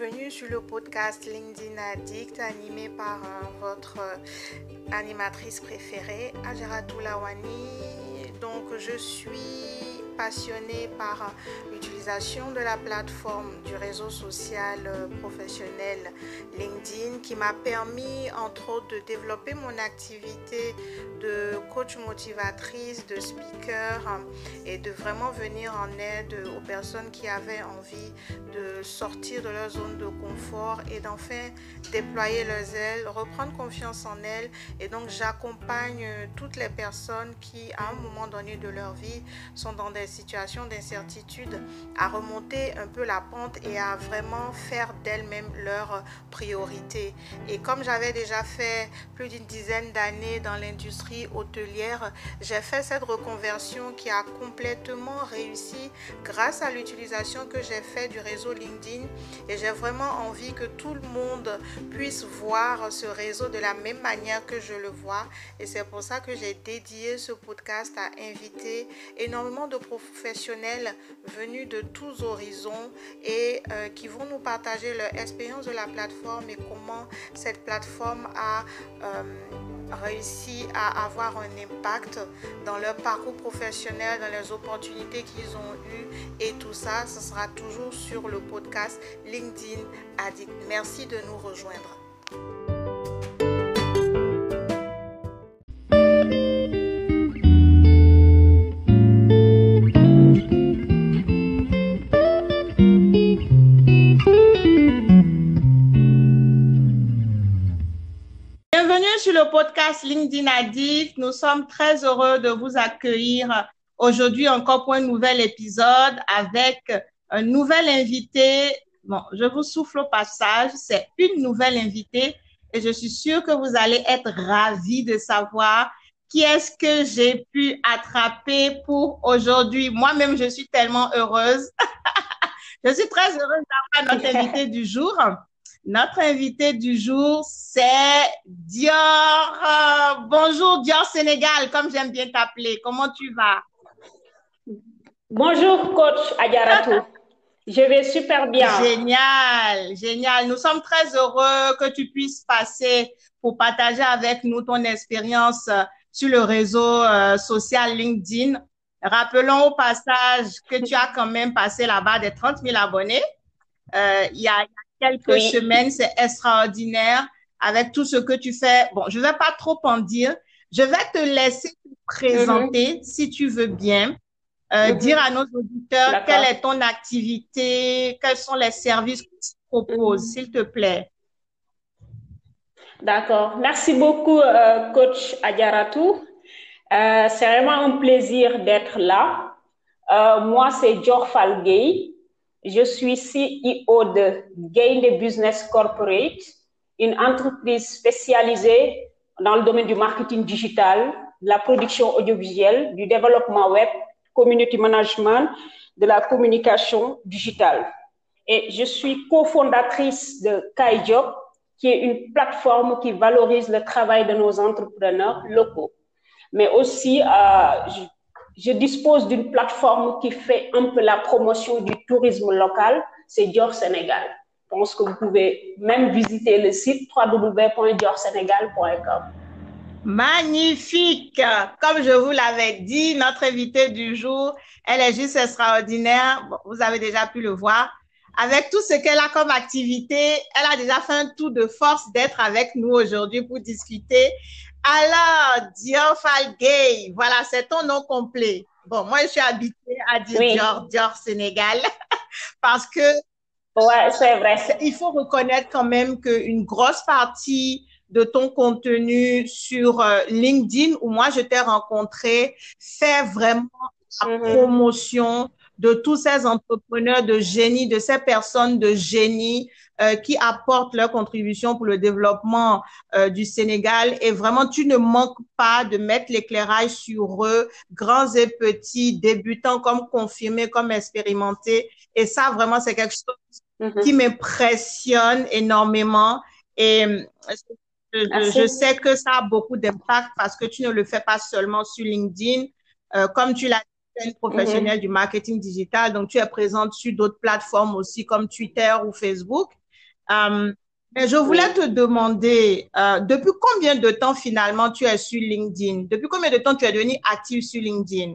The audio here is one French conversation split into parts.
bienvenue sur le podcast LinkedIn Addict animé par votre animatrice préférée, Adjaratou Lawani. Donc je suis passionnée par l'utilisation de la plateforme du réseau social professionnel LinkedIn qui m'a permis entre autres de développer mon activité de coach motivatrice, de speaker et de vraiment venir en aide aux personnes qui avaient envie de sortir de leur zone de confort et d'enfin déployer leurs ailes, reprendre confiance en elles. Et donc j'accompagne toutes les personnes qui à un moment donné de leur vie sont dans des situations d'incertitude à remonter un peu la pente et à vraiment faire d'elles-mêmes leur priorité. Et comme j'avais déjà fait plus d'une dizaine d'années dans l'industrie hôtelière, j'ai fait cette reconversion qui a complètement réussi grâce à l'utilisation que j'ai fait du réseau LinkedIn, et j'ai vraiment envie que tout le monde puisse voir ce réseau de la même manière que je le vois, et c'est pour ça que j'ai dédié ce podcast à inviter énormément de professionnels venus de tous horizons et qui vont nous partager leur expérience de la plateforme et comment cette plateforme a réussi à avoir un impact dans leur parcours professionnel, dans les opportunités qu'ils ont eues, et tout ça, ce sera toujours sur le podcast LinkedIn Addict. Merci de nous rejoindre. Sur le podcast LinkedIn Addict, nous sommes très heureux de vous accueillir aujourd'hui encore pour un nouvel épisode avec un nouvel invité. Bon, je vous souffle au passage, c'est une nouvelle invitée et je suis sûre que vous allez être ravis de savoir qui est-ce que j'ai pu attraper pour aujourd'hui. Moi-même, je suis tellement heureuse. Je suis très heureuse d'avoir notre invité du jour. Notre invité du jour, c'est Dior. Bonjour Dior Sénégal, comme j'aime bien t'appeler. Comment tu vas? Bonjour coach Adjaratou. Je vais super bien. Génial, génial. Nous sommes très heureux que tu puisses passer pour partager avec nous ton expérience sur le réseau social LinkedIn. Rappelons au passage que tu as quand même passé la barre des 30 000 abonnés. Il y a quelques semaines, c'est extraordinaire avec tout ce que tu fais. Bon, je ne vais pas trop en dire. Je vais te laisser te présenter si tu veux bien. Dire à nos auditeurs quelle est ton activité, quels sont les services que tu proposes, s'il te plaît. D'accord. Merci beaucoup, coach Adjaratou. C'est vraiment un plaisir d'être là. Moi, c'est Dior Fall Gueye. Je suis CEO de Gain Business Corporate, une entreprise spécialisée dans le domaine du marketing digital, de la production audiovisuelle, du développement web, community management, de la communication digitale. Et je suis cofondatrice de KaiJob, qui est une plateforme qui valorise le travail de nos entrepreneurs locaux. Mais aussi, je dispose d'une plateforme qui fait un peu la promotion du tourisme local, c'est Dior Sénégal. Je pense que vous pouvez même visiter le site www.diorsenegal.com. Magnifique! Comme je vous l'avais dit, notre invitée du jour, elle est juste extraordinaire. Bon, vous avez déjà pu le voir. Avec tout ce qu'elle a comme activité, elle a déjà fait un tour de force d'être avec nous aujourd'hui pour discuter. Alors, Dior Fall Gueye, voilà, c'est ton nom complet. Bon, moi, je suis habituée à dire Dior Sénégal parce que ouais, c'est vrai. Il faut reconnaître quand même qu'une grosse partie de ton contenu sur LinkedIn, où moi je t'ai rencontré, fait vraiment la promotion de tous ces entrepreneurs de génie, de ces personnes de génie qui apportent leur contribution pour le développement du Sénégal. Et vraiment, tu ne manques pas de mettre l'éclairage sur eux, grands et petits, débutants comme confirmés, comme expérimentés. Et ça, vraiment, c'est quelque chose qui m'impressionne énormément. Et je sais que ça a beaucoup d'impact parce que tu ne le fais pas seulement sur LinkedIn. Comme tu l'as dit, tu es une professionnelle du marketing digital, donc tu es présente sur d'autres plateformes aussi comme Twitter ou Facebook. Euh, mais je voulais Oui. te demander, depuis combien de temps finalement tu es sur LinkedIn? Depuis combien de temps tu es devenu active sur LinkedIn?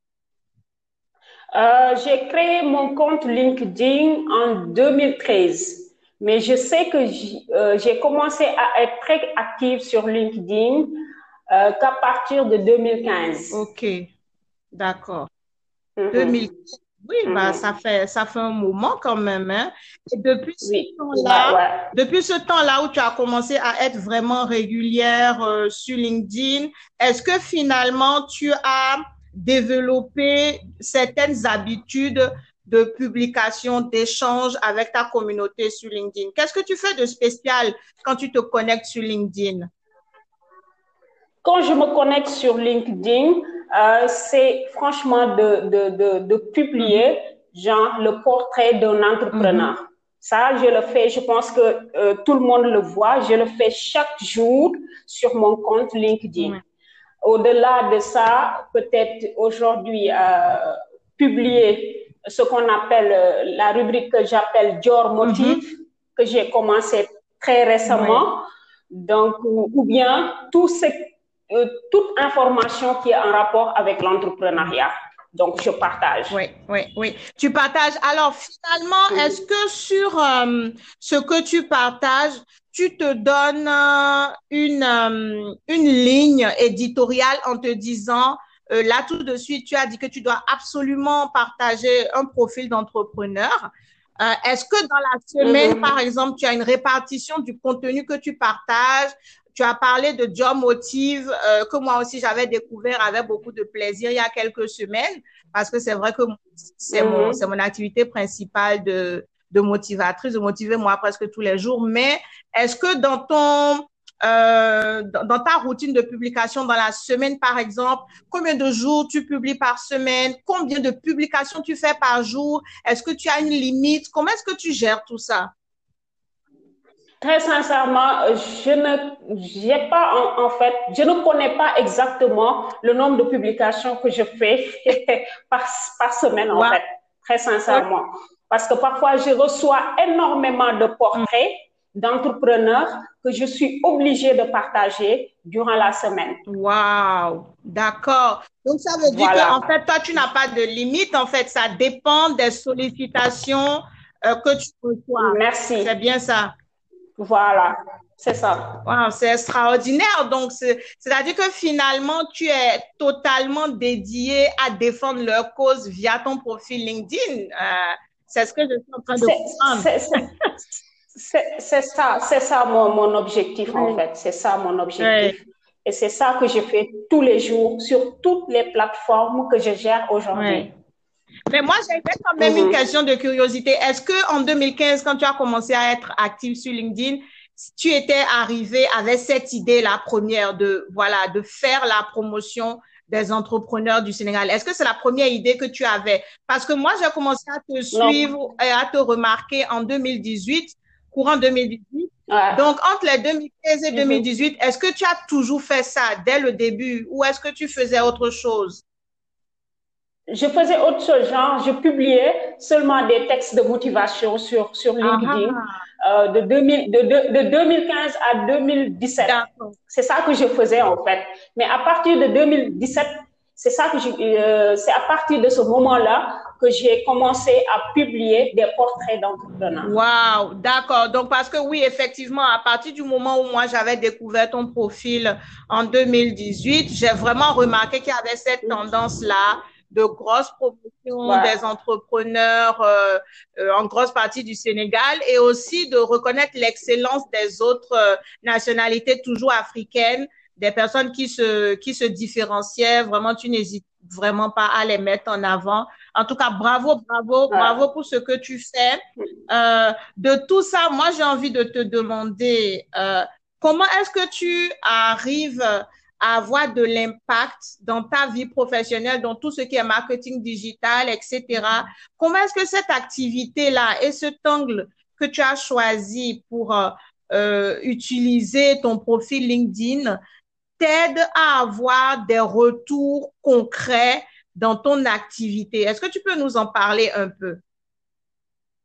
J'ai créé mon compte LinkedIn en 2013, mais je sais que j'ai commencé à être très active sur LinkedIn qu'à partir de 2015. Ok, d'accord. Mhm. 2015. Oui, bah, Mhm. ça fait un moment quand même, hein. Et depuis ce Oui, ouais, temps-là, ouais. depuis ce temps-là où tu as commencé à être vraiment régulière, sur LinkedIn, est-ce que finalement tu as développé certaines habitudes de publication, d'échange avec ta communauté sur LinkedIn? Qu'est-ce que tu fais de spécial quand tu te connectes sur LinkedIn? Quand je me connecte sur LinkedIn, c'est franchement de Mhm, publier, genre, le portrait d'un entrepreneur. mhm. Ça, je le fais, je pense que tout le monde le voit, je le fais chaque jour sur mon compte LinkedIn. Ouais. Au-delà de ça, peut-être aujourd'hui, publier ce qu'on appelle la rubrique que j'appelle Dior Mhm. Motive, que j'ai commencé très Ouais. récemment. Donc, ou bien toute information qui est en rapport avec l'entrepreneuriat. Donc, je partage. Oui, oui, oui. Tu partages. Alors, finalement, est-ce Mhm. que sur ce que tu partages, tu te donnes une ligne éditoriale en te disant, là tout de suite, tu as dit que tu dois absolument partager un profil d'entrepreneur. Est-ce que dans la semaine, par Mhm. exemple, tu as une répartition du contenu que tu partages? Tu as parlé de Job Motive, que moi aussi j'avais découvert avec beaucoup de plaisir il y a quelques semaines parce que c'est vrai que c'est Mhm. mon activité principale de motivatrice, de motiver moi presque tous les jours. Mais est-ce que dans ta routine de publication dans la semaine, par exemple, combien de jours tu publies par semaine? Combien de publications tu fais par jour? Est-ce que tu as une limite? Comment est-ce que tu gères tout ça? Très sincèrement, j'ai pas en fait, je ne connais pas exactement le nombre de publications que je fais par, par semaine en Wow. fait, très sincèrement. Parce que parfois, je reçois énormément de portraits d'entrepreneurs que je suis obligée de partager durant la semaine. Wow, d'accord. Donc, ça veut dire que, Voilà. en fait, toi, tu n'as pas de limite. En fait, ça dépend des sollicitations que tu reçois. C'est Merci. bien ça. Voilà. C'est ça. Wow, c'est extraordinaire. Donc, c'est-à-dire que finalement, tu es totalement dédié à défendre leur cause via ton profil LinkedIn. C'est ce que je suis en train de C'est comprendre. c'est- c'est- c'est ça mon objectif en Oui, fait. C'est ça mon oui. objectif. Et c'est ça que je fais tous les jours sur toutes les plateformes que je gère Oui. aujourd'hui. Mais moi, j'avais quand même une Mhm. question de curiosité. Est-ce que en 2015, quand tu as commencé à être active sur LinkedIn, tu étais arrivé avec cette idée la première de voilà de faire la promotion des entrepreneurs du Sénégal? Est-ce que c'est la première idée que tu avais? Parce que moi, j'ai commencé à te Non. suivre et à te remarquer en 2018, courant 2018. Ouais. Donc, entre les 2015 et Mhm. 2018, est-ce que tu as toujours fait ça dès le début ou est-ce que tu faisais autre chose? Je faisais autre chose, genre je publiais seulement des textes de motivation sur LinkedIn Ah, de 2015 à 2017. d'accord. C'est ça que je faisais en fait. Mais à partir de 2017, c'est à partir de ce moment-là que j'ai commencé à publier des portraits d'entrepreneurs. Wow, d'accord. Donc, parce que oui, effectivement, à partir du moment où moi j'avais découvert ton profil en 2018, j'ai vraiment remarqué qu'il y avait cette tendance-là de grosse promotion Ouais, des entrepreneurs en grosse partie du Sénégal et aussi de reconnaître l'excellence des autres nationalités toujours africaines, des personnes qui se différenciaient. Vraiment, tu n'hésites vraiment pas à les mettre en avant. En tout cas, bravo, bravo, bravo ouais. pour ce que tu fais. De tout ça, moi, j'ai envie de te demander comment est-ce que tu arrives à avoir de l'impact dans ta vie professionnelle, dans tout ce qui est marketing digital, etc. Comment est-ce que cette activité-là et cet angle que tu as choisi pour utiliser ton profil LinkedIn t'aident à avoir des retours concrets dans ton activité? Est-ce que tu peux nous en parler un peu?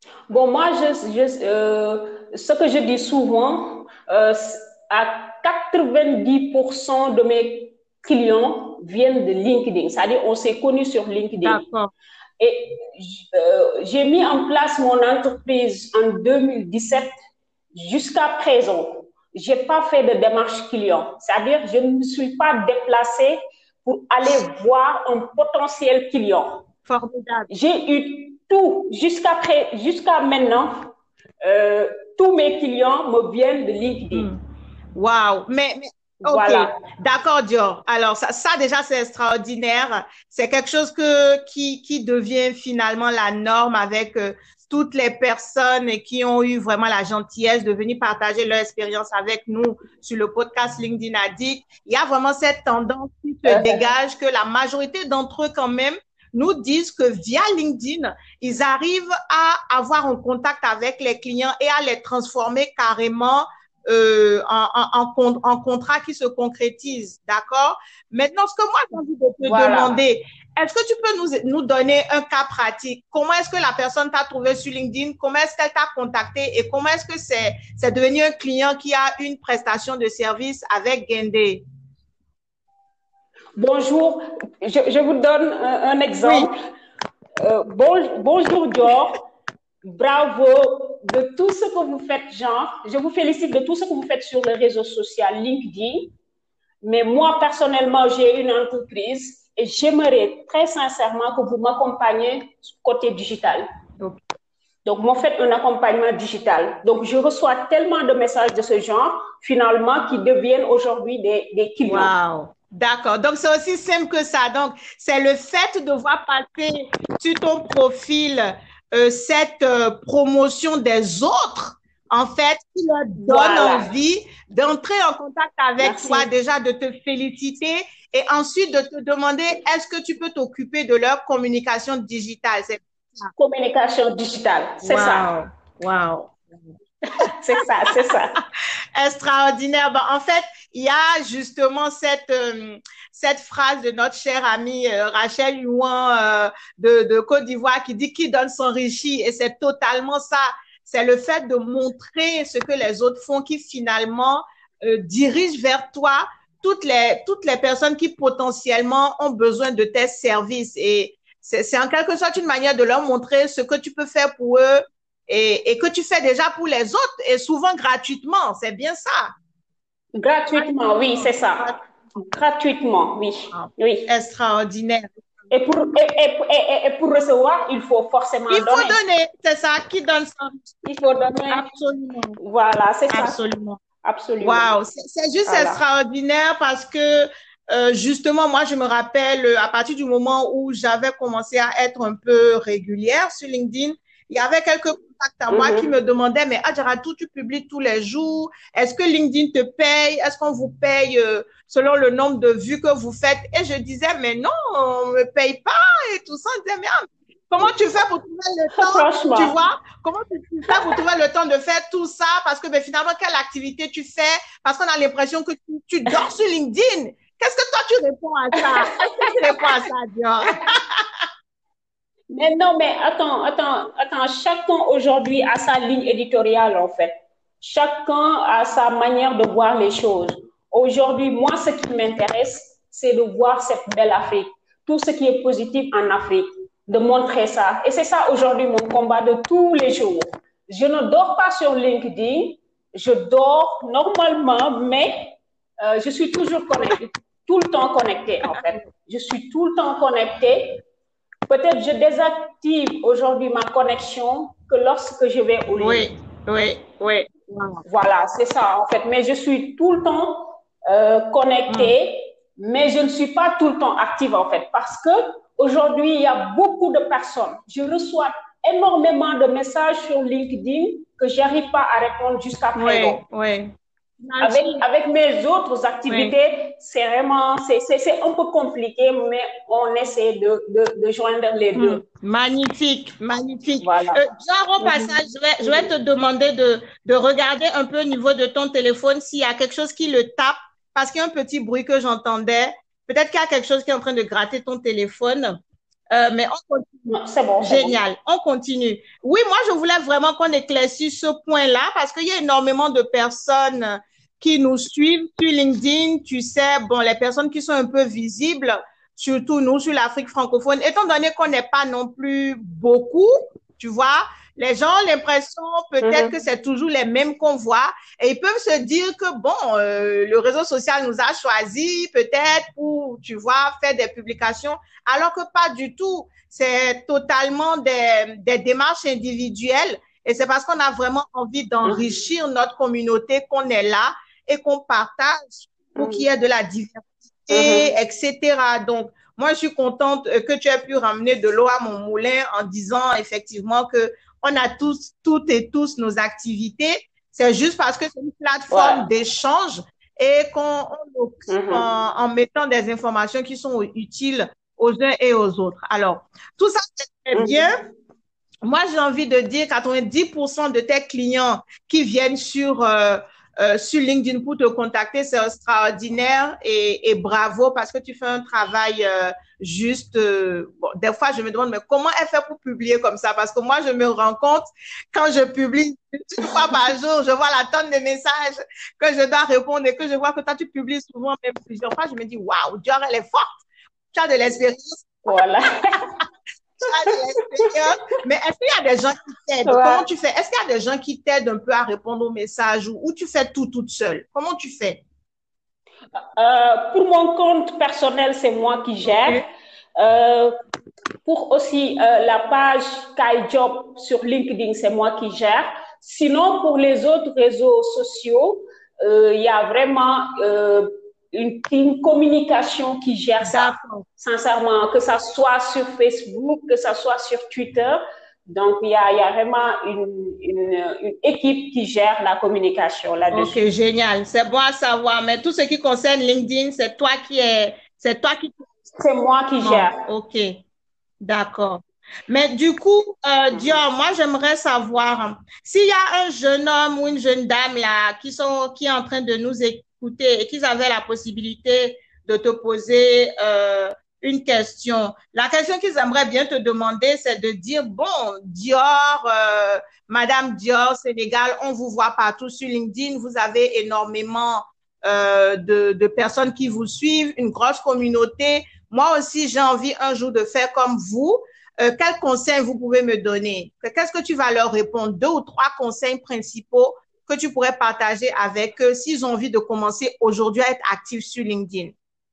Bon, moi, ce que je dis souvent, à 90% de mes clients viennent de LinkedIn. C'est-à-dire, on s'est connus sur LinkedIn. D'accord. Et j'ai mis en place mon entreprise en 2017 jusqu'à présent. Je n'ai pas fait de démarche client. C'est-à-dire, je ne me suis pas déplacée pour aller voir un potentiel client. Formidable. J'ai eu tout jusqu'à maintenant. Tous mes clients me viennent de LinkedIn. Wow. OK. Voilà. D'accord, Dior. Alors, ça déjà, c'est extraordinaire. C'est quelque chose qui devient finalement la norme avec toutes les personnes qui ont eu vraiment la gentillesse de venir partager leur expérience avec nous sur le podcast LinkedIn Addict. Il y a vraiment cette tendance qui se dégage que la majorité d'entre eux, quand même, nous disent que via LinkedIn, ils arrivent à avoir un contact avec les clients et à les transformer carrément en contrat qui se concrétise, d'accord? Maintenant, ce que moi j'ai envie de te demander, est-ce que tu peux nous donner un cas pratique? Comment est-ce que la personne t'a trouvé sur LinkedIn? Comment est-ce qu'elle t'a contacté? Et comment est-ce que c'est devenu un client qui a une prestation de service avec Guendé? Bonjour, je vous donne un exemple. Oui. Bonjour Dior. Bravo de tout ce que vous faites, Jean. Je vous félicite de tout ce que vous faites sur le réseau social LinkedIn. Mais moi, personnellement, j'ai une entreprise et j'aimerais très sincèrement que vous m'accompagniez côté digital. Donc, vous faites un accompagnement digital. Donc, je reçois tellement de messages de ce genre, finalement, qui deviennent aujourd'hui des clients. Wow. D'accord. Donc, c'est aussi simple que ça. Donc, c'est le fait de voir passer sur ton profil cette promotion des autres, en fait, qui leur donne envie d'entrer en contact avec toi, déjà de te féliciter et ensuite de te demander est-ce que tu peux t'occuper de leur communication digitale. Communication digitale, c'est ça. Wow. C'est ça, c'est ça. Extraordinaire. Ben, en fait, il y a justement cette phrase de notre chère amie Rachel Huon de Côte d'Ivoire qui dit « Qui donne s'enrichit » et c'est totalement ça. C'est le fait de montrer ce que les autres font qui finalement dirige vers toi toutes les personnes qui potentiellement ont besoin de tes services. Et c'est en quelque sorte une manière de leur montrer ce que tu peux faire pour eux et que tu fais déjà pour les autres et souvent gratuitement. C'est bien ça. Gratuitement, oui, c'est ça. Gratuitement, oui. Oui. Extraordinaire. Et pour recevoir, il faut forcément donner. Il faut donner, c'est ça. Qui donne ça? Il faut donner. Absolument. Voilà, c'est ça. Absolument. Absolument. Wow, c'est juste extraordinaire parce que justement, moi, je me rappelle à partir du moment où j'avais commencé à être un peu régulière sur LinkedIn, il y avait quelques contacts à moi qui me demandaient, mais Adjaratou, tu publies tous les jours. Est-ce que LinkedIn te paye? Est-ce qu'on vous paye selon le nombre de vues que vous faites? Et je disais, mais non, on ne me paye pas et tout ça. Je disais, mais comment tu fais pour trouver le temps, tu vois? Comment tu fais pour trouver le temps de faire tout ça? Parce que finalement, quelle activité tu fais? Parce qu'on a l'impression que tu dors sur LinkedIn. Qu'est-ce que toi, tu réponds à ça? Qu'est-ce que tu réponds à ça, Dior? Mais non, mais attends. Chacun aujourd'hui a sa ligne éditoriale, en fait. Chacun a sa manière de voir les choses. Aujourd'hui, moi, ce qui m'intéresse, c'est de voir cette belle Afrique. Tout ce qui est positif en Afrique, de montrer ça. Et c'est ça aujourd'hui mon combat de tous les jours. Je ne dors pas sur LinkedIn. Je dors normalement, mais je suis toujours connectée. Tout le temps connectée, en fait. Je suis tout le temps connectée. Peut-être je désactive aujourd'hui ma connexion que lorsque je vais au lit. Oui. Voilà, c'est ça en fait. Mais je suis tout le temps connectée, mais je ne suis pas tout le temps active en fait. Parce que aujourd'hui, il y a beaucoup de personnes. Je reçois énormément de messages sur LinkedIn que je n'arrive pas à répondre jusqu'à présent. Oui. Avec mes autres activités, c'est vraiment, c'est un peu compliqué, mais on essaie de joindre les deux. Magnifique. Voilà. Genre, au passage, je vais te demander de regarder un peu au niveau de ton téléphone s'il y a quelque chose qui le tape, parce qu'il y a un petit bruit que j'entendais. Peut-être qu'il y a quelque chose qui est en train de gratter ton téléphone. Mais on continue. Non, c'est bon. Génial, on continue. Oui, moi, je voulais vraiment qu'on éclaircisse ce point-là parce qu'il y a énormément de personnes qui nous suivent sur LinkedIn. Tu sais, bon, les personnes qui sont un peu visibles, surtout nous sur l'Afrique francophone, étant donné qu'on n'est pas non plus beaucoup, tu vois, les gens ont l'impression peut-être que c'est toujours les mêmes qu'on voit et ils peuvent se dire que, bon, le réseau social nous a choisis peut-être pour, tu vois, faire des publications, alors que pas du tout. C'est totalement des démarches individuelles et c'est parce qu'on a vraiment envie d'enrichir notre communauté qu'on est là et qu'on partage pour qu'il y ait de la diversité, etc. Donc, moi, je suis contente que tu aies pu ramener de l'eau à mon moulin en disant effectivement que on a toutes et tous nos activités. C'est juste parce que c'est une plateforme d'échange et en mettant des informations qui sont utiles aux uns et aux autres. Alors, tout ça, c'est très bien. Moi, j'ai envie de dire 90% de tes clients qui viennent sur LinkedIn pour te contacter, c'est extraordinaire et bravo parce que tu fais un travail juste. Bon, des fois, je me demande, mais comment elle fait pour publier comme ça? Parce que moi, je me rends compte quand je publie une fois par jour, je vois la tonne de messages que je dois répondre et que je vois que toi, tu publies souvent, même plusieurs fois. Je me dis, waouh, Dior, elle est forte. Tu as de l'expérience. Voilà. Mais est-ce qu'il y a des gens qui t'aident? Comment tu fais? Est-ce qu'il y a des gens qui t'aident un peu à répondre aux messages ou tu fais tout toute seule? Comment tu fais? Pour mon compte personnel, c'est moi qui gère. Pour aussi la page Kai Job sur LinkedIn, c'est moi qui gère. Sinon, pour les autres réseaux sociaux, il y a vraiment une communication qui gère ça, sincèrement, que ça soit sur Facebook, que ça soit sur Twitter. Donc, il y a vraiment une équipe qui gère la communication là-dessus. Ok, génial. C'est bon à savoir. Mais tout ce qui concerne LinkedIn, c'est toi qui... C'est moi qui gère. Ok, d'accord. Mais du coup, Dior, moi, j'aimerais savoir s'il y a un jeune homme ou une jeune dame là qui est en train de nous écouter et qu'ils avaient la possibilité de te poser une question. La question qu'ils aimeraient bien te demander, c'est de dire, bon, Dior, Madame Dior, Sénégal, on vous voit partout sur LinkedIn, vous avez énormément de personnes qui vous suivent, une grosse communauté. Moi aussi, j'ai envie un jour de faire comme vous. Quels conseils vous pouvez me donner? Qu'est-ce que tu vas leur répondre? 2 ou 3 conseils principaux que tu pourrais partager avec eux s'ils ont envie de commencer aujourd'hui à être actifs sur LinkedIn?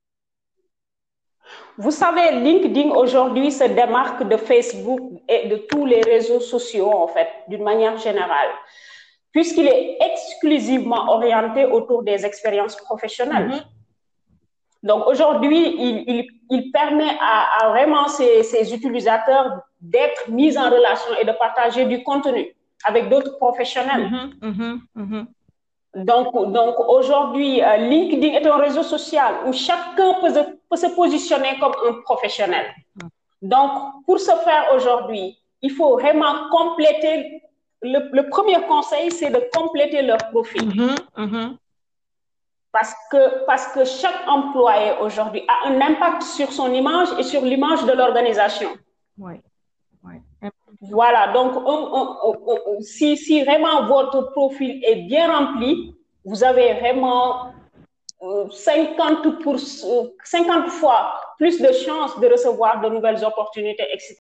Vous savez, LinkedIn aujourd'hui se démarque de Facebook et de tous les réseaux sociaux, en fait, d'une manière générale, puisqu'il est exclusivement orienté autour des expériences professionnelles. Donc aujourd'hui, il permet à vraiment ces utilisateurs d'être mis en relation et de partager du contenu avec d'autres professionnels. Donc aujourd'hui, LinkedIn est un réseau social où chacun peut se positionner comme un professionnel. Donc, pour ce faire aujourd'hui, il faut vraiment compléter. Le premier conseil, c'est de compléter leur profil. Parce que chaque employé aujourd'hui a un impact sur son image et sur l'image de l'organisation. Voilà, donc si vraiment votre profil est bien rempli, vous avez vraiment 50 fois plus de chances de recevoir de nouvelles opportunités, etc.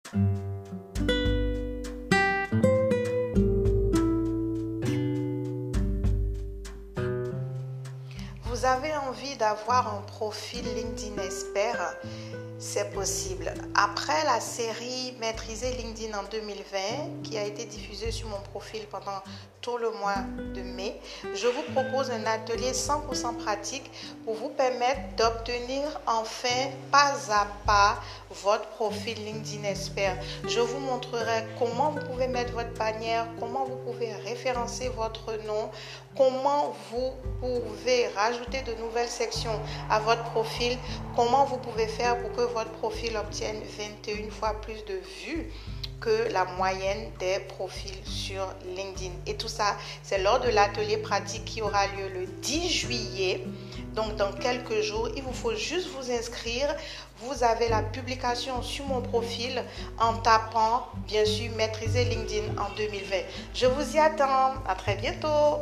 Vous avez envie d'avoir un profil LinkedIn expert? C'est possible. Après la série Maîtriser LinkedIn en 2020, qui a été diffusée sur mon profil pendant tout le mois de mai, je vous propose un atelier 100% pratique pour vous permettre d'obtenir enfin pas à pas votre profil LinkedIn expert. Je vous montrerai comment vous pouvez mettre votre bannière, comment vous pouvez référencer votre nom, comment vous pouvez rajouter de nouvelles sections à votre profil, comment vous pouvez faire pour que votre profil obtienne 21 fois plus de vues que la moyenne des profils sur LinkedIn. Et tout ça, c'est lors de l'atelier pratique qui aura lieu le 10 juillet Donc, dans quelques jours, il vous faut juste vous inscrire. Vous avez la publication sur mon profil en tapant, bien sûr, Maîtriser LinkedIn en 2020. Je vous y attends. À très bientôt.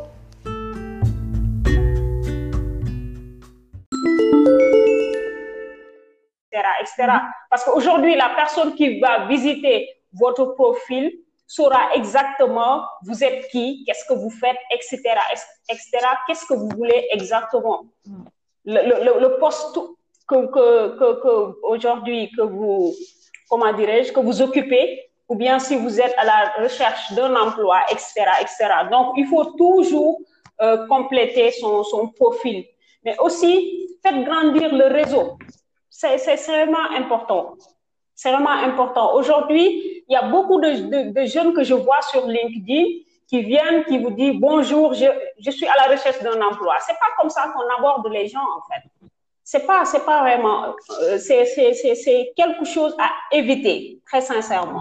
Etc. Parce qu'aujourd'hui, la personne qui va visiter votre profil saura exactement vous êtes qui, qu'est-ce que vous faites, etc., etc., qu'est-ce que vous voulez exactement. Le poste aujourd'hui que vous, comment dirais-je, que vous occupez, ou bien si vous êtes à la recherche d'un emploi, etc., etc. Donc, il faut toujours compléter son profil. Mais aussi, faites grandir le réseau. C'est vraiment important. C'est vraiment important. Aujourd'hui, il y a beaucoup de jeunes que je vois sur LinkedIn qui viennent, qui vous disent bonjour, je suis à la recherche d'un emploi. C'est pas comme ça qu'on aborde les gens, en fait. C'est pas vraiment, c'est quelque chose à éviter, très sincèrement.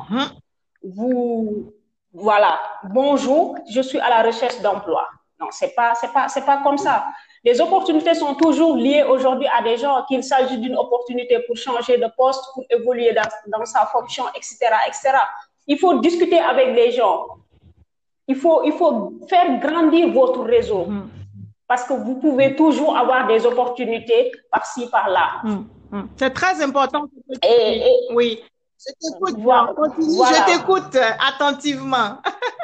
Voilà, bonjour, je suis à la recherche d'emploi. Non, c'est pas comme ça. Les opportunités sont toujours liées aujourd'hui à des gens, qu'il s'agit d'une opportunité pour changer de poste, pour évoluer dans sa fonction, etc., etc. Il faut discuter avec les gens. Il faut faire grandir votre réseau. Parce que vous pouvez toujours avoir des opportunités par-ci, par-là. C'est très important. Oui. Je t'écoute. Voilà. Je t'écoute attentivement.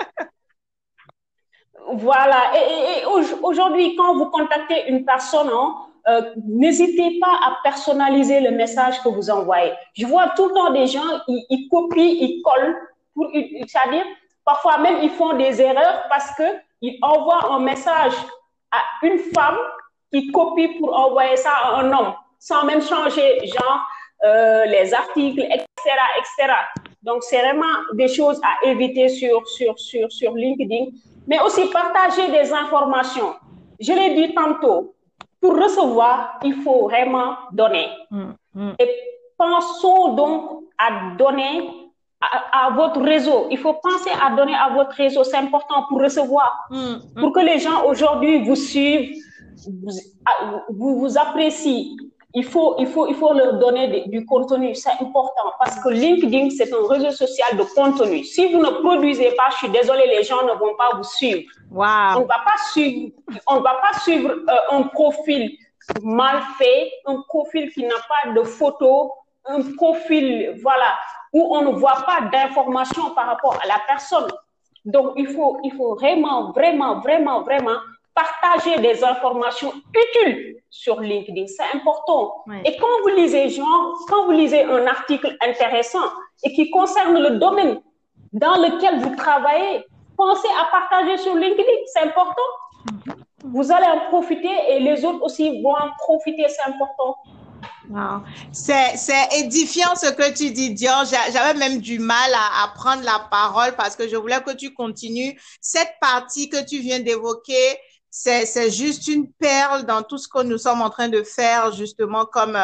Voilà. Et aujourd'hui, quand vous contactez une personne, n'hésitez pas à personnaliser le message que vous envoyez. Je vois tout le temps des gens, ils copient, ils collent, c'est-à-dire, parfois même, ils font des erreurs parce qu'ils envoient un message à une femme qui copie pour envoyer ça à un homme, sans même changer, genre, les articles, etc., etc. Donc, c'est vraiment des choses à éviter sur LinkedIn. Mais aussi partager des informations. Je l'ai dit tantôt, pour recevoir, il faut vraiment donner. Et pensons donc à donner à votre réseau. Il faut penser à donner à votre réseau. C'est important pour recevoir. Pour que les gens aujourd'hui vous suivent, vous apprécient. Il faut leur donner du contenu. C'est important parce que LinkedIn, c'est un réseau social de contenu. Si vous ne produisez pas, je suis désolée, les gens ne vont pas vous suivre. Wow. On ne va pas suivre un profil mal fait, un profil qui n'a pas de photos, un profil, voilà, où on ne voit pas d'informations par rapport à la personne. Donc, il faut vraiment, vraiment, vraiment, vraiment partager des informations utiles sur LinkedIn. C'est important. Oui. Et quand vous lisez un article intéressant et qui concerne le domaine dans lequel vous travaillez, pensez à partager sur LinkedIn. C'est important. Vous allez en profiter et les autres aussi vont en profiter. C'est important. Wow. C'est édifiant ce que tu dis, Dior. J'avais même du mal à prendre la parole parce que je voulais que tu continues. Cette partie que tu viens d'évoquer, c'est juste une perle dans tout ce que nous sommes en train de faire justement comme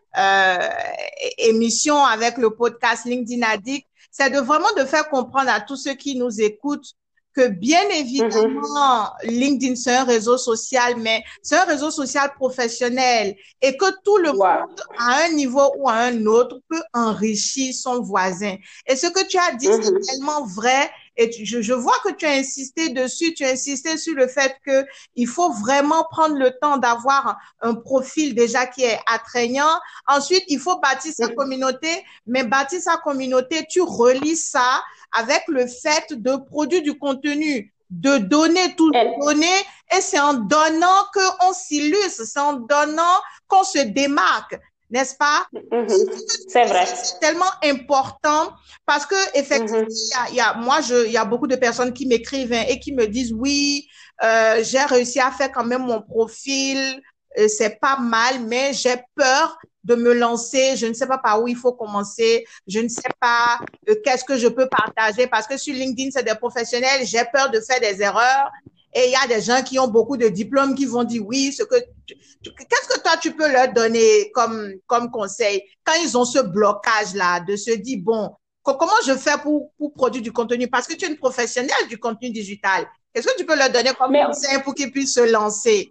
émission avec le podcast LinkedIn Addict. C'est vraiment de faire comprendre à tous ceux qui nous écoutent que bien évidemment, LinkedIn, c'est un réseau social, mais c'est un réseau social professionnel et que tout le monde, à un niveau ou à un autre, peut enrichir son voisin. Et ce que tu as dit, c'est tellement vrai. Et je vois que tu as insisté dessus, tu as insisté sur le fait que il faut vraiment prendre le temps d'avoir un profil déjà qui est attrayant. Ensuite, il faut bâtir sa communauté, mais bâtir sa communauté, tu relis ça avec le fait de produire du contenu, de donner tout, donner, et c'est en donnant qu'on s'illustre, c'est en donnant qu'on se démarque. N'est-ce pas? C'est vrai. C'est tellement important parce que effectivement, il y a beaucoup de personnes qui m'écrivent et qui me disent oui, j'ai réussi à faire quand même mon profil, c'est pas mal, mais j'ai peur de me lancer, je ne sais pas par où il faut commencer, je ne sais pas qu'est-ce que je peux partager parce que sur LinkedIn, c'est des professionnels, j'ai peur de faire des erreurs. Et il y a des gens qui ont beaucoup de diplômes qui vont dire oui, qu'est-ce que toi tu peux leur donner comme conseil quand ils ont ce blocage-là de se dire bon, comment je fais pour produire du contenu parce que tu es une professionnelle du contenu digital. Qu'est-ce que tu peux leur donner comme conseil pour qu'ils puissent se lancer?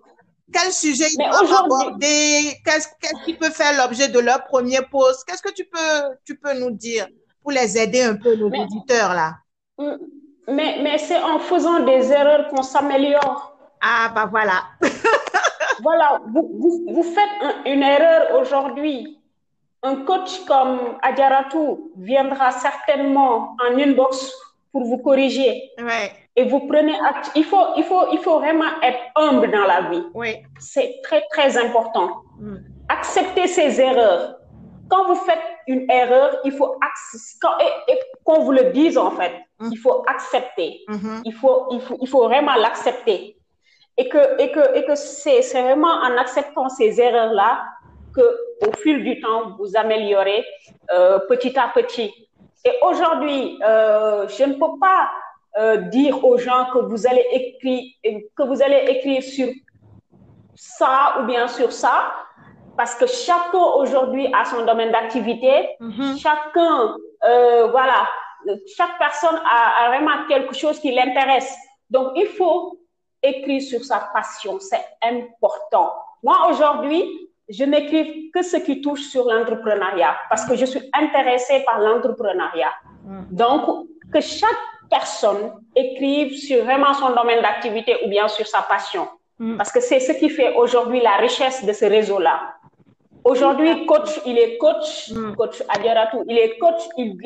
Quel sujet ils Mais doivent aujourd'hui, aborder? Qu'est-ce qui peut faire l'objet de leur premier post? Qu'est-ce que tu peux nous dire pour les aider un peu, nos mais, auditeurs là? mais c'est en faisant des erreurs qu'on s'améliore. Ah, bah voilà. Voilà, vous faites une erreur aujourd'hui. Un coach comme Adjaratou viendra certainement en inbox pour vous corriger. Ouais, Et vous prenez acte. Il faut vraiment être humble dans la vie. oui. C'est très, très important. Accepter ses erreurs. Quand vous faites une erreur, il faut et qu'on vous le dise en fait. Il faut accepter. Il faut vraiment l'accepter. Et que c'est vraiment en acceptant ces erreurs-là que, au fil du temps, vous améliorez petit à petit. Et aujourd'hui, je ne peux pas dire aux gens que vous allez écrire sur ça ou bien sur ça, parce que chacun aujourd'hui a son domaine d'activité. Chacun, voilà, chaque personne a vraiment quelque chose qui l'intéresse. Donc, il faut écrire sur sa passion, c'est important. Moi, aujourd'hui, je n'écris que ce qui touche sur l'entrepreneuriat parce que je suis intéressée par l'entrepreneuriat. Donc, que chaque personne écrive sur vraiment son domaine d'activité ou bien sur sa passion. Parce que c'est ce qui fait aujourd'hui la richesse de ce réseau-là. Aujourd'hui, coach, il est coach, coach Adjaratou, il est coach,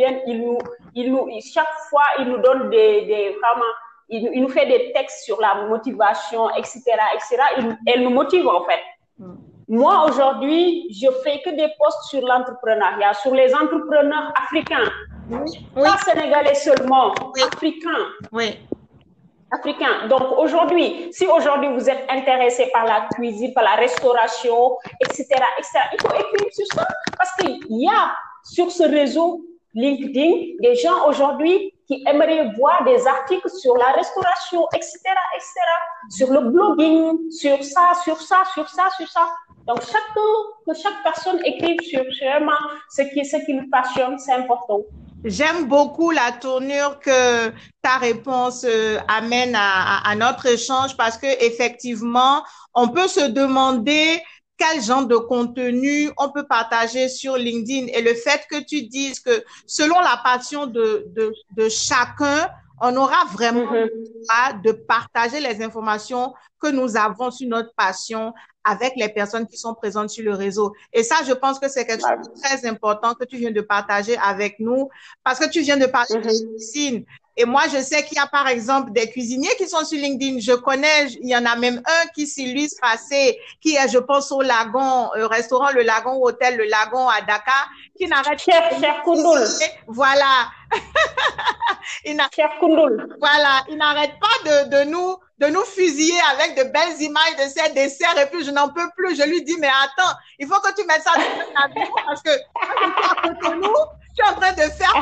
chaque fois, il nous donne vraiment, il nous fait des textes sur la motivation, etc., etc. Elle nous motive en fait. Moi, aujourd'hui, je fais que des posts sur l'entrepreneuriat, sur les entrepreneurs africains. Pas sénégalais seulement, africains. Oui. Africains. Donc aujourd'hui, si aujourd'hui vous êtes intéressé par la cuisine, par la restauration, etc., il faut écrire sur ça parce qu'il y a sur ce réseau LinkedIn des gens aujourd'hui qui aimeraient voir des articles sur la restauration, etc., sur le blogging, sur ça, sur ça, sur ça, sur ça. Donc que chaque personne écrive sur vraiment ce qui nous passionne, c'est important. J'aime beaucoup la tournure que ta réponse amène à notre échange parce que effectivement, on peut se demander quel genre de contenu on peut partager sur LinkedIn et le fait que tu dises que selon la passion de chacun, on aura vraiment besoin de partager les informations que nous avons sur notre passion avec les personnes qui sont présentes sur le réseau. Et ça, je pense que c'est quelque chose de très important que tu viens de partager avec nous parce que tu viens de parler de cuisine. Et moi, je sais qu'il y a par exemple des cuisiniers qui sont sur LinkedIn. Je connais, il y en a même un qui s'illustre assez, qui est, je pense, au Lagon, restaurant Le Lagon, hôtel Le Lagon à Dakar, qui n'arrête pas. Chef Koundoul. Voilà. Chef Koundoul. Voilà. Il n'arrête pas de nous fusiller avec de belles images de ses desserts et puis je n'en peux plus. Je lui dis, mais attends, il faut que tu mettes ça dans ta vidéo parce que à côté de nous, je suis en train de faire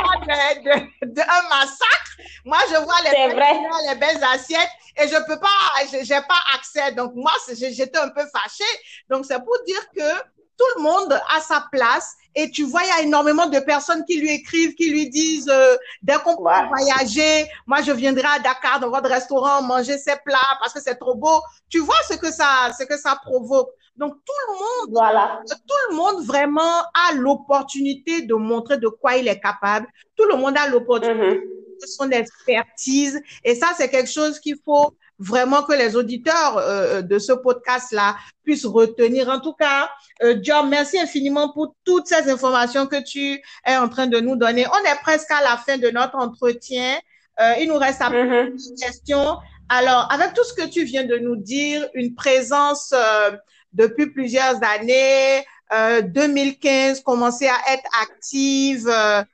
un massacre. Moi, je vois les belles assiettes et je peux pas, j'ai pas accès. Donc, moi, j'étais un peu fâchée. Donc, c'est pour dire que tout le monde a sa place et tu vois, il y a énormément de personnes qui lui écrivent, qui lui disent dès qu'on peut voyager, moi je viendrai à Dakar dans votre restaurant manger ces plats parce que c'est trop beau. Tu vois ce que ça provoque. Donc tout le monde vraiment a l'opportunité de montrer de quoi il est capable. Tout le monde a l'opportunité de son expertise et ça c'est quelque chose qu'il faut vraiment que les auditeurs de ce podcast-là puissent retenir. En tout cas, Diom, merci infiniment pour toutes ces informations que tu es en train de nous donner. On est presque à la fin de notre entretien. Il nous reste à poser une question. Alors, avec tout ce que tu viens de nous dire, une présence depuis plusieurs années, 2015, commencer à être active,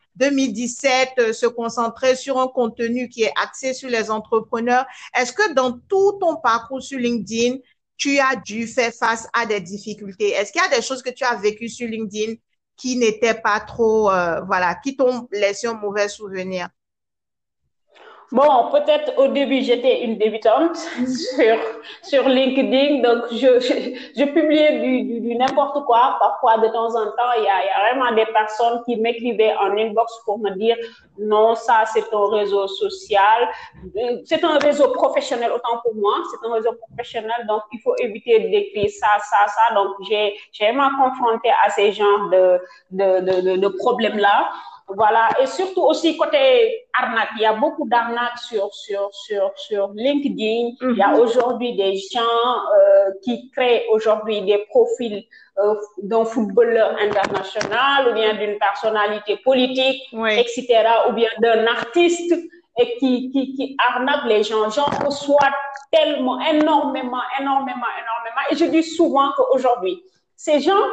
2017, se concentrer sur un contenu qui est axé sur les entrepreneurs. Est-ce que dans tout ton parcours sur LinkedIn, tu as dû faire face à des difficultés? Est-ce qu'il y a des choses que tu as vécues sur LinkedIn qui n'étaient pas trop, qui t'ont laissé un mauvais souvenir? Bon, peut-être au début, j'étais une débutante sur LinkedIn, donc je publiais du n'importe quoi. Parfois, de temps en temps, il y a vraiment des personnes qui m'écrivaient en inbox pour me dire non, ça, c'est un réseau social. C'est un réseau professionnel autant pour moi. C'est un réseau professionnel, donc il faut éviter d'écrire ça, ça, ça. Donc, j'ai vraiment confronté à ces genres de problèmes-là. Voilà, et surtout aussi côté arnaque, il y a beaucoup d'arnaques sur LinkedIn. Il y a aujourd'hui des gens qui créent aujourd'hui des profils d'un footballeur international ou bien d'une personnalité politique, etc., ou bien d'un artiste et qui arnaque les gens. J'en reçois tellement, énormément. Et je dis souvent qu'aujourd'hui, ces gens,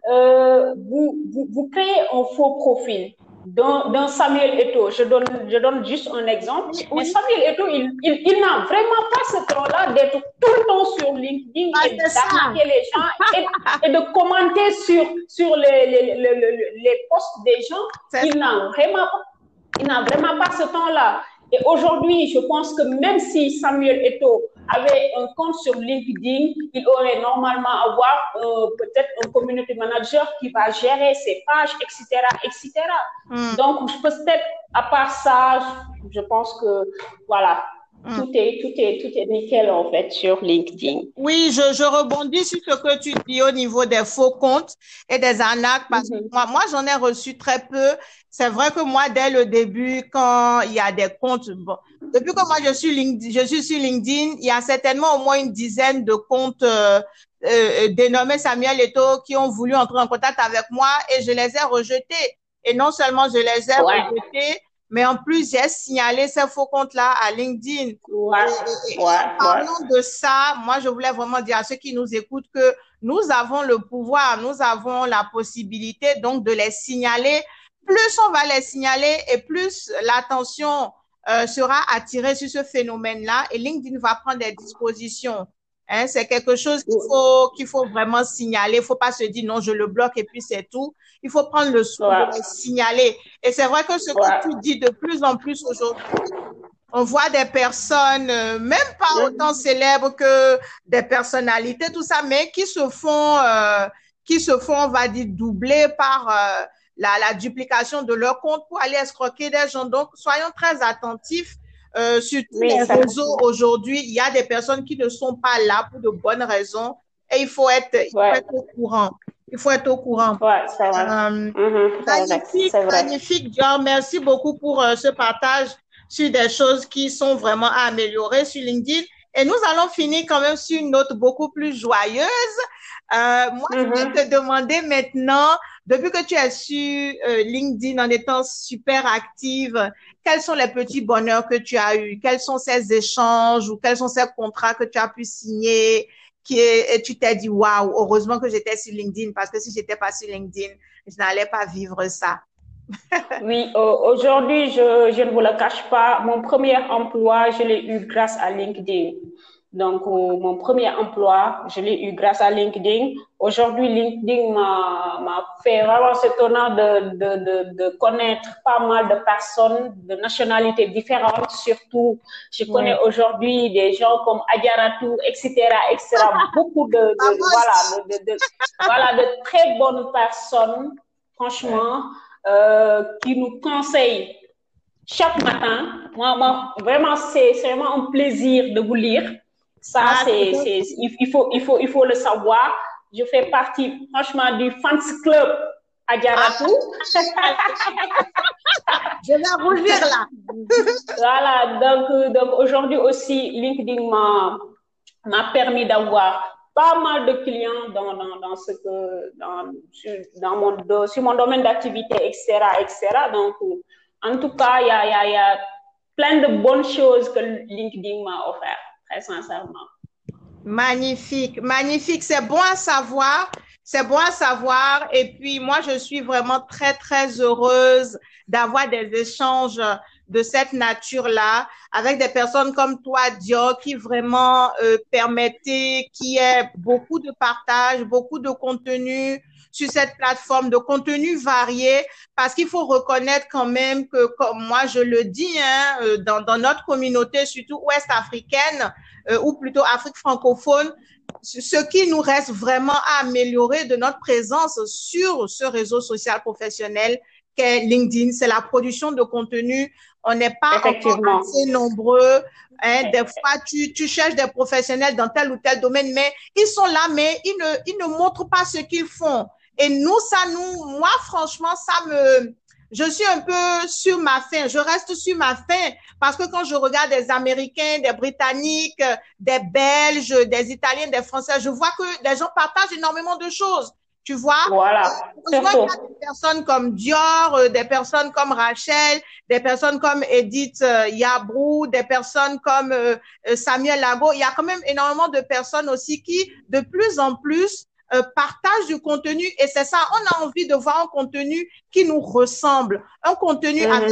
vous créez un faux profil d'un Samuel Eto'o. Je donne juste un exemple. Mais Samuel Eto'o, il n'a vraiment pas ce temps-là d'être tout le temps sur LinkedIn et d'arnaquer les gens et de commenter sur les posts des gens. Il n'a vraiment pas ce temps-là. Et aujourd'hui, je pense que même si Samuel Eto'o avait un compte sur LinkedIn, il aurait normalement avoir peut-être un community manager qui va gérer ses pages, etc., etc. Donc, peut-être à part ça, je pense que voilà. Tout est nickel en fait sur LinkedIn. Oui, je rebondis sur ce que tu dis au niveau des faux comptes et des arnaques parce que moi j'en ai reçu très peu. C'est vrai que moi, dès le début, quand il y a des comptes, bon, depuis que moi je suis sur LinkedIn, il y a certainement au moins une dizaine de comptes dénommés Samuel Eto'o qui ont voulu entrer en contact avec moi et je les ai rejetés. Et non seulement je les ai rejetés, mais en plus, j'ai signalé ces faux comptes-là à LinkedIn. Parlons de ça. Moi, je voulais vraiment dire à ceux qui nous écoutent que nous avons le pouvoir, nous avons la possibilité donc de les signaler. Plus on va les signaler et plus l'attention sera attirée sur ce phénomène-là et LinkedIn va prendre des dispositions. Hein, c'est quelque chose qu'il faut vraiment signaler. Il ne faut pas se dire non, je le bloque et puis c'est tout. Il faut prendre le soin de les signaler. Et c'est vrai que ce que tu dis de plus en plus aujourd'hui, on voit des personnes, même pas autant célèbres que des personnalités, tout ça, mais qui se font, on va dire, doubler par la duplication de leur compte pour aller escroquer des gens. Donc, soyons très attentifs. Sur tous les réseaux aujourd'hui, il y a des personnes qui ne sont pas là pour de bonnes raisons et il faut être au courant. Il faut être au courant. C'est vrai. Magnifique, Dior. Merci beaucoup pour ce partage sur des choses qui sont vraiment à améliorer sur LinkedIn. Et nous allons finir quand même sur une note beaucoup plus joyeuse. Moi, je vais te demander maintenant, depuis que tu es sur LinkedIn en étant super active, quels sont les petits bonheurs que tu as eus? Quels sont ces échanges ou quels sont ces contrats que tu as pu signer et tu t'es dit, waouh, heureusement que j'étais sur LinkedIn parce que si j'étais pas sur LinkedIn, je n'allais pas vivre ça. Oui, aujourd'hui, je ne vous le cache pas, mon premier emploi, je l'ai eu grâce à LinkedIn. Donc, mon premier emploi, je l'ai eu grâce à LinkedIn. Aujourd'hui, LinkedIn m'a fait vraiment cet honneur de connaître pas mal de personnes de nationalités différentes. Surtout, je connais aujourd'hui des gens comme Adjaratou, etc., etc. Beaucoup de très bonnes personnes, franchement, qui nous conseillent chaque matin. Moi, vraiment, c'est vraiment un plaisir de vous lire. Ça, il faut le savoir. Je fais partie, franchement, du fans club Adjaratou. Je vais rougir là. Voilà, donc aujourd'hui aussi, LinkedIn m'a permis d'avoir pas mal de clients sur mon domaine d'activité, etc., etc. Donc, en tout cas, il y a plein de bonnes choses que LinkedIn m'a offert, très sincèrement. Magnifique, magnifique. C'est bon à savoir. C'est bon à savoir. Et puis, moi, je suis vraiment très, très heureuse d'avoir des échanges de cette nature-là, avec des personnes comme toi, Dior, qui vraiment permettaient qu'il y ait beaucoup de partage, beaucoup de contenu sur cette plateforme, de contenu varié, parce qu'il faut reconnaître quand même que, comme moi je le dis, hein, dans notre communauté, surtout ouest-africaine, ou plutôt Afrique francophone, ce qui nous reste vraiment à améliorer de notre présence sur ce réseau social professionnel qu'est LinkedIn, c'est la production de contenu. On n'est pas encore assez nombreux. Hein. Des fois, tu cherches des professionnels dans tel ou tel domaine, mais ils sont là, mais ils ne montrent pas ce qu'ils font. Et moi, franchement, je suis un peu sur ma faim. Je reste sur ma faim parce que quand je regarde des Américains, des Britanniques, des Belges, des Italiens, des Français, je vois que les gens partagent énormément de choses. Tu vois? Voilà. Je vois qu'il y a des personnes comme Dior, des personnes comme Rachel, des personnes comme Edith Yabrou, des personnes comme Samuel Lago. Il y a quand même énormément de personnes aussi qui, de plus en plus, partagent du contenu et c'est ça, on a envie de voir un contenu qui nous ressemble, un contenu avec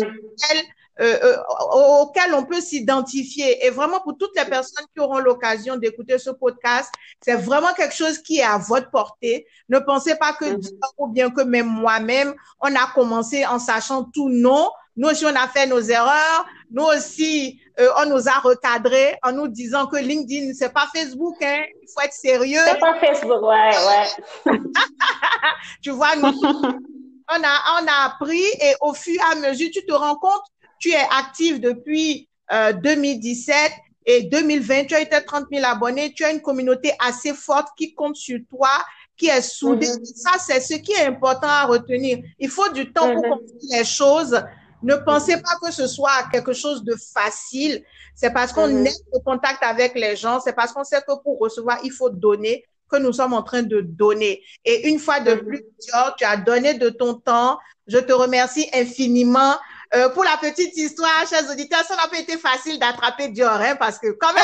auquel on peut s'identifier. Et vraiment, pour toutes les personnes qui auront l'occasion d'écouter ce podcast, c'est vraiment quelque chose qui est à votre portée. Ne pensez pas que Dior ou bien que même moi-même, on a commencé en sachant tout. Non, nous aussi, on a fait nos erreurs. Nous aussi, on nous a recadrés en nous disant que LinkedIn, c'est pas Facebook, hein. Il faut être sérieux. C'est pas Facebook, ouais. Tu vois, nous, on a appris et au fur et à mesure, tu te rends compte, tu es actif depuis 2017 et 2020, tu as été 30 000 abonnés, tu as une communauté assez forte qui compte sur toi, qui est soudée. Ça, c'est ce qui est important à retenir. Il faut du temps pour comprendre les choses. Ne pensez pas que ce soit quelque chose de facile. C'est parce qu'on aime le contact avec les gens. C'est parce qu'on sait que pour recevoir, il faut donner, que nous sommes en train de donner. Et une fois de plus, Dior, tu as donné de ton temps. Je te remercie infiniment. Pour la petite histoire, chers auditeurs, ça n'a pas été facile d'attraper Dior, hein, parce que quand même,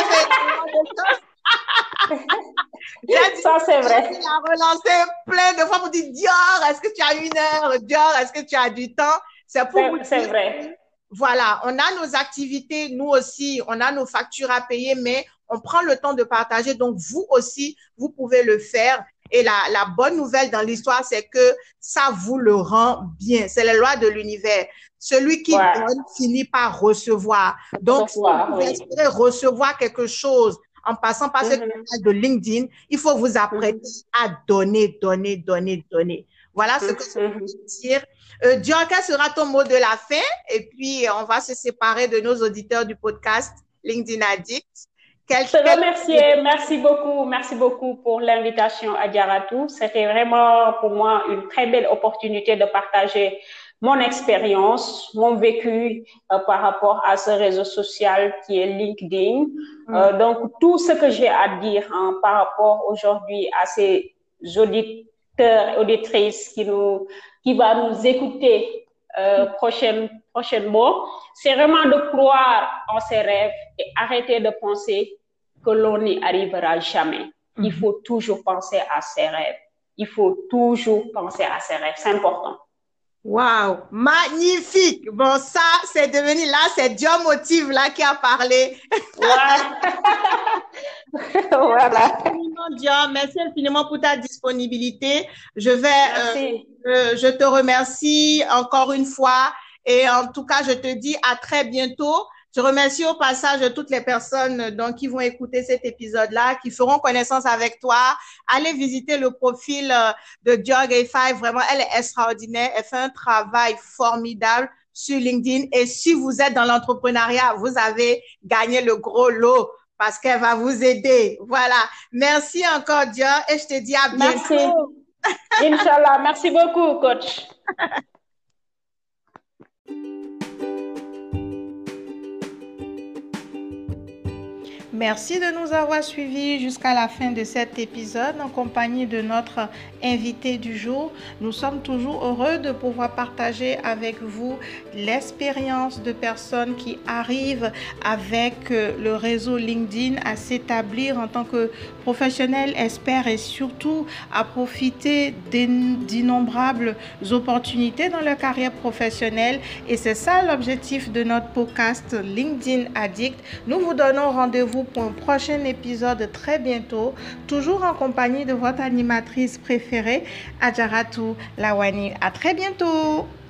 ça, c'est vrai. Il a relancé plein de fois pour dire Dior, est-ce que tu as 1 heure? Dior, est-ce que tu as du temps? C'est pour vous dire. C'est vrai. Voilà, on a nos activités, nous aussi, on a nos factures à payer, mais on prend le temps de partager. Donc, vous aussi, vous pouvez le faire. Et la bonne nouvelle dans l'histoire, c'est que ça vous le rend bien. C'est les lois de l'univers. Celui qui donne finit par recevoir. Donc, si vous espérez recevoir quelque chose en passant par ce canal de LinkedIn, il faut vous apprêter à donner. Voilà ce que je veux dire. Dior, quel sera ton mot de la fin? Et puis, on va se séparer de nos auditeurs du podcast LinkedIn Addict. Je te remercie. Merci beaucoup pour l'invitation à Adjaratou. C'était vraiment pour moi une très belle opportunité de partager mon expérience, mon vécu par rapport à ce réseau social qui est LinkedIn. Donc, tout ce que j'ai à dire par rapport aujourd'hui à ces auditeurs et auditrices qui va nous écouter prochainement, c'est vraiment de croire en ses rêves et arrêter de penser que l'on n'y arrivera jamais. Il faut toujours penser à ses rêves. C'est important. Wow, magnifique. Bon, ça, c'est devenu là, c'est Dior Motive là qui a parlé. Voilà. Dior, merci infiniment pour ta disponibilité. Je te remercie encore une fois et en tout cas, je te dis à très bientôt. Je remercie au passage toutes les personnes qui vont écouter cet épisode-là, qui feront connaissance avec toi. Allez visiter le profil de Dior Gayfai. Vraiment, elle est extraordinaire. Elle fait un travail formidable sur LinkedIn. Et si vous êtes dans l'entrepreneuriat, vous avez gagné le gros lot parce qu'elle va vous aider. Voilà. Merci encore, Dior. Et je te dis à bientôt. Merci. Inch'Allah. Merci beaucoup, coach. Merci de nous avoir suivis jusqu'à la fin de cet épisode en compagnie de notre invité du jour. Nous sommes toujours heureux de pouvoir partager avec vous l'expérience de personnes qui arrivent avec le réseau LinkedIn à s'établir en tant que professionnels, experts et surtout à profiter d'innombrables opportunités dans leur carrière professionnelle. Et c'est ça l'objectif de notre podcast LinkedIn Addict. Nous vous donnons rendez-vous pour un prochain épisode très bientôt, toujours en compagnie de votre animatrice préférée, Adjaratou Lawani. À très bientôt!